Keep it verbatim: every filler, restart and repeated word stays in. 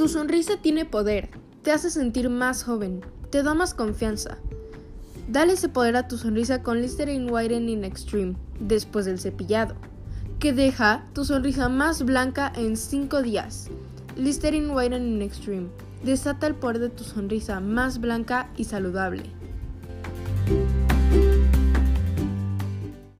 Tu sonrisa tiene poder, te hace sentir más joven, te da más confianza. Dale ese poder a tu sonrisa con Listerine Whitening Extreme después del cepillado, que deja tu sonrisa más blanca en cinco días. Listerine Whitening Extreme desata el poder de tu sonrisa más blanca y saludable.